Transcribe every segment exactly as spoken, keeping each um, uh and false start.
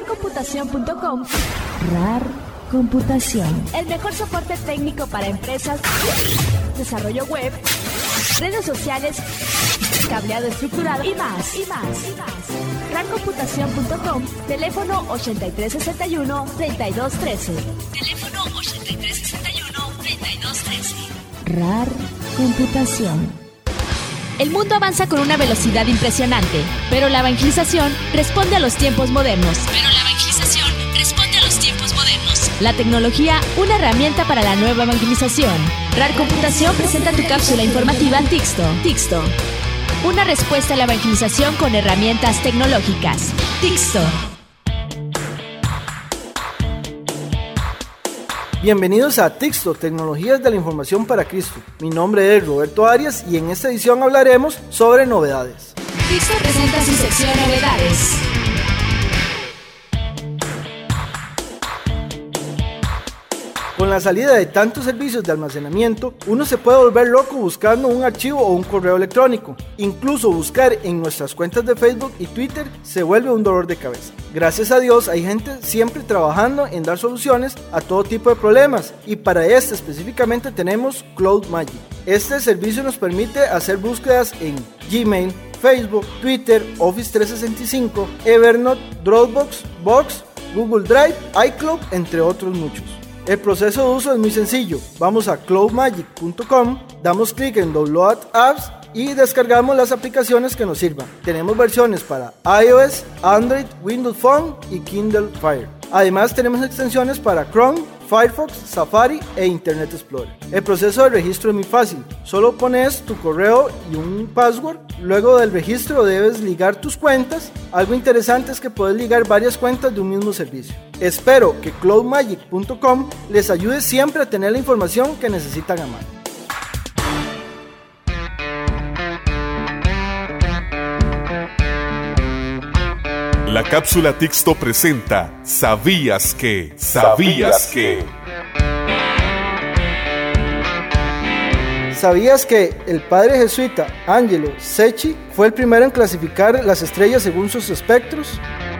rar computación punto com. rar Computación. El mejor soporte técnico para empresas, desarrollo web, redes sociales, cableado estructurado y más, y más, y más. rar computación punto com, teléfono ochenta y tres sesenta y uno, treinta y dos trece. Teléfono ochenta y tres sesenta y uno, treinta y dos trece. rar Computación. El mundo avanza con una velocidad impresionante, pero la evangelización responde a los tiempos modernos. Pero la evangelización responde a los tiempos modernos. La tecnología, una herramienta para la nueva evangelización. rar Computación presenta tu cápsula informativa Tixto. Tixto. Una respuesta a la evangelización con herramientas tecnológicas. Tixto. Bienvenidos a Tixto, Tecnologías de la Información para Cristo. Mi nombre es Roberto Arias y en esta edición hablaremos sobre novedades. Tixto presenta su sección Novedades. Con la salida de tantos servicios de almacenamiento, uno se puede volver loco buscando un archivo o un correo electrónico. Incluso buscar en nuestras cuentas de Facebook y Twitter se vuelve un dolor de cabeza. Gracias a Dios hay gente siempre trabajando en dar soluciones a todo tipo de problemas, y para este específicamente tenemos CloudMagic. Este servicio nos permite hacer búsquedas en Gmail, Facebook, Twitter, Office trescientos sesenta y cinco, Evernote, Dropbox, Box, Google Drive, iCloud, entre otros muchos. El proceso de uso es muy sencillo. Vamos a cloud magic punto com, damos clic en Download Apps y descargamos las aplicaciones que nos sirvan. Tenemos versiones para iOS, Android, Windows Phone y Kindle Fire. Además tenemos extensiones para Chrome, Firefox, Safari e Internet Explorer. El proceso de registro es muy fácil. Solo pones tu correo y un password. Luego del registro debes ligar tus cuentas. Algo interesante es que puedes ligar varias cuentas de un mismo servicio. Espero que cloud magic punto com les ayude siempre a tener la información que necesitan a mano. La cápsula Tixto presenta ¿Sabías que? ¿Sabías que? ¿Sabías que el padre jesuita Angelo Secchi fue el primero en clasificar las estrellas según sus espectros?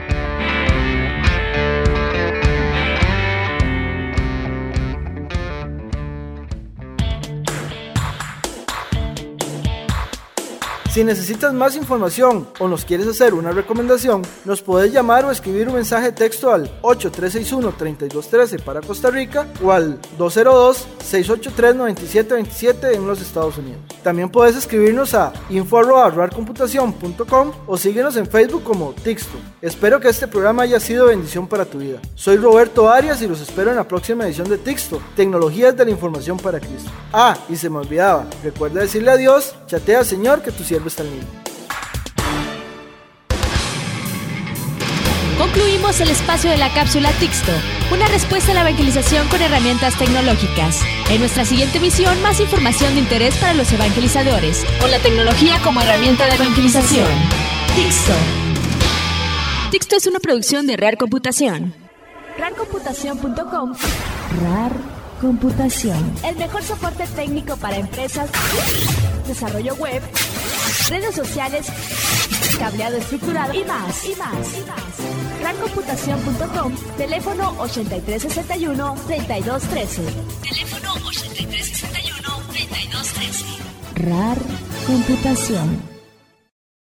Si necesitas más información o nos quieres hacer una recomendación, nos puedes llamar o escribir un mensaje de texto al ocho tres seis uno, tres dos uno tres para Costa Rica o al dos cero dos, seis ocho tres, nueve siete dos siete en los Estados Unidos. También puedes escribirnos a info arroba rar computación punto com o síguenos en Facebook como Tixto. Espero que este programa haya sido bendición para tu vida. Soy Roberto Arias y los espero en la próxima edición de Tixto, Tecnologías de la Información para Cristo. Ah, y se me olvidaba, recuerda decirle adiós, chatea Señor que tu siervo está libre. Concluimos el espacio de la cápsula Tixto, una respuesta a la evangelización con herramientas tecnológicas. En nuestra siguiente emisión, más información de interés para los evangelizadores, con la tecnología como herramienta de evangelización. Tixto. Tixto es una producción de rar Computación. rar computación punto com. rar Computación. El mejor soporte técnico para empresas, desarrollo web, redes sociales, cableado estructurado y más, y más, y más. rar computación punto com, teléfono ochenta y tres sesenta y uno, treinta y dos trece. Teléfono ochenta y tres sesenta y uno, treinta y dos trece. rar Computación.